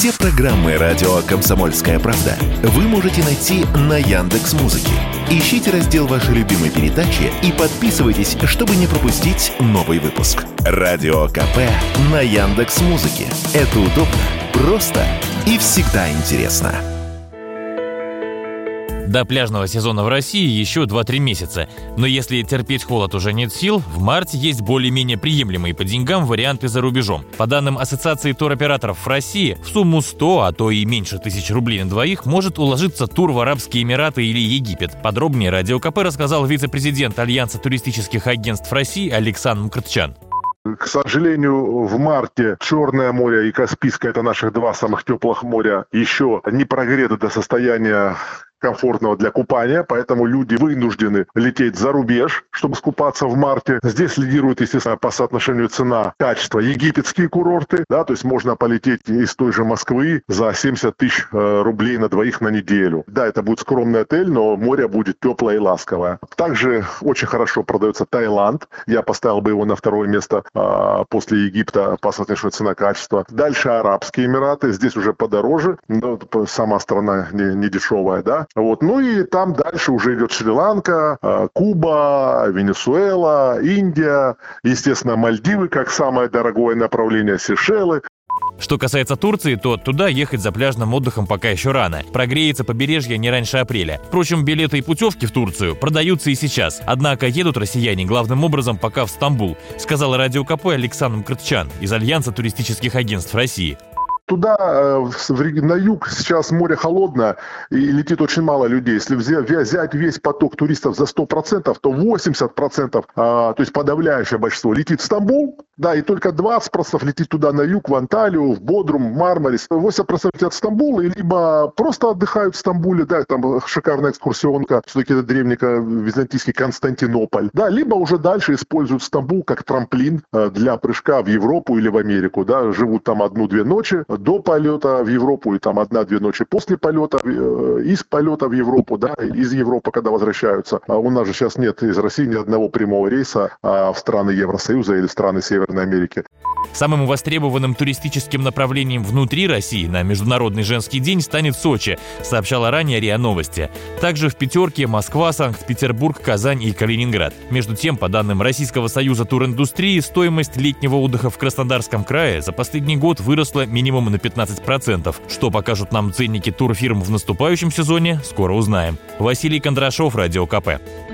Все программы радио «Комсомольская правда» вы можете найти на Яндекс.Музыке. Ищите раздел вашей любимой передачи и подписывайтесь, чтобы не пропустить новый выпуск. Радио КП на Яндекс.Музыке. Это удобно, просто и всегда интересно. До пляжного сезона в России еще 2-3 месяца. Но если терпеть холод уже нет сил, в марте есть более-менее приемлемые по деньгам варианты за рубежом. По данным Ассоциации туроператоров в России, в сумму 100, а то и меньше тысяч рублей на двоих может уложиться тур в Арабские Эмираты или Египет. Подробнее Радио КП рассказал вице-президент Альянса туристических агентств России Александр Мкртчян. К сожалению, в марте Черное море и Каспийское, это наших два самых теплых моря, еще не прогреты до состояния комфортного для купания, поэтому люди вынуждены лететь за рубеж, чтобы скупаться в марте. Здесь лидирует, естественно, по соотношению цена-качество египетские курорты, да, то есть можно полететь из той же Москвы за 70 тысяч рублей на двоих на неделю. Да, это будет скромный отель, но море будет теплое и ласковое. Также очень хорошо продается Таиланд. Я поставил бы его на второе место после Египта по соотношению цена-качество. Дальше Арабские Эмираты. Здесь уже подороже, но сама страна не дешевая, да. Вот. Ну и там дальше уже идет Шри-Ланка, Куба, Венесуэла, Индия, естественно, Мальдивы как самое дорогое направление, Сейшелы. Что касается Турции, то туда ехать за пляжным отдыхом пока еще рано. Прогреется побережье не раньше апреля. Впрочем, билеты и путевки в Турцию продаются и сейчас. Однако едут россияне главным образом пока в Стамбул, сказал Радио КП Александр Мкртчян из Альянса туристических агентств России. Туда, на юг, сейчас море холодное и летит очень мало людей. Если взять весь поток туристов за 100%, то 80%, то есть подавляющее большинство, летит в Стамбул, да, и только 20% летит туда на юг, в Анталию, в Бодрум, в Мармарис. 80% летят в Стамбул, и либо просто отдыхают в Стамбуле, да, там шикарная экскурсионка, все-таки это древний византийский Константинополь, да, либо уже дальше используют Стамбул как трамплин для прыжка в Европу или в Америку, да, живут там 1-2 ночи до полета в Европу и там 1-2 ночи после полета, из полета в Европу, да, из Европы, когда возвращаются. А у нас же сейчас нет из России ни одного прямого рейса в страны Евросоюза или страны Северной Америки. Самым востребованным туристическим направлением внутри России на Международный женский день станет Сочи, сообщала ранее РИА Новости. Также в пятерке Москва, Санкт-Петербург, Казань и Калининград. Между тем, по данным Российского союза туриндустрии, стоимость летнего отдыха в Краснодарском крае за последний год выросла минимум на 15%. Что покажут нам ценники турфирм в наступающем сезоне, скоро узнаем. Василий Кондрашов, Радио КП.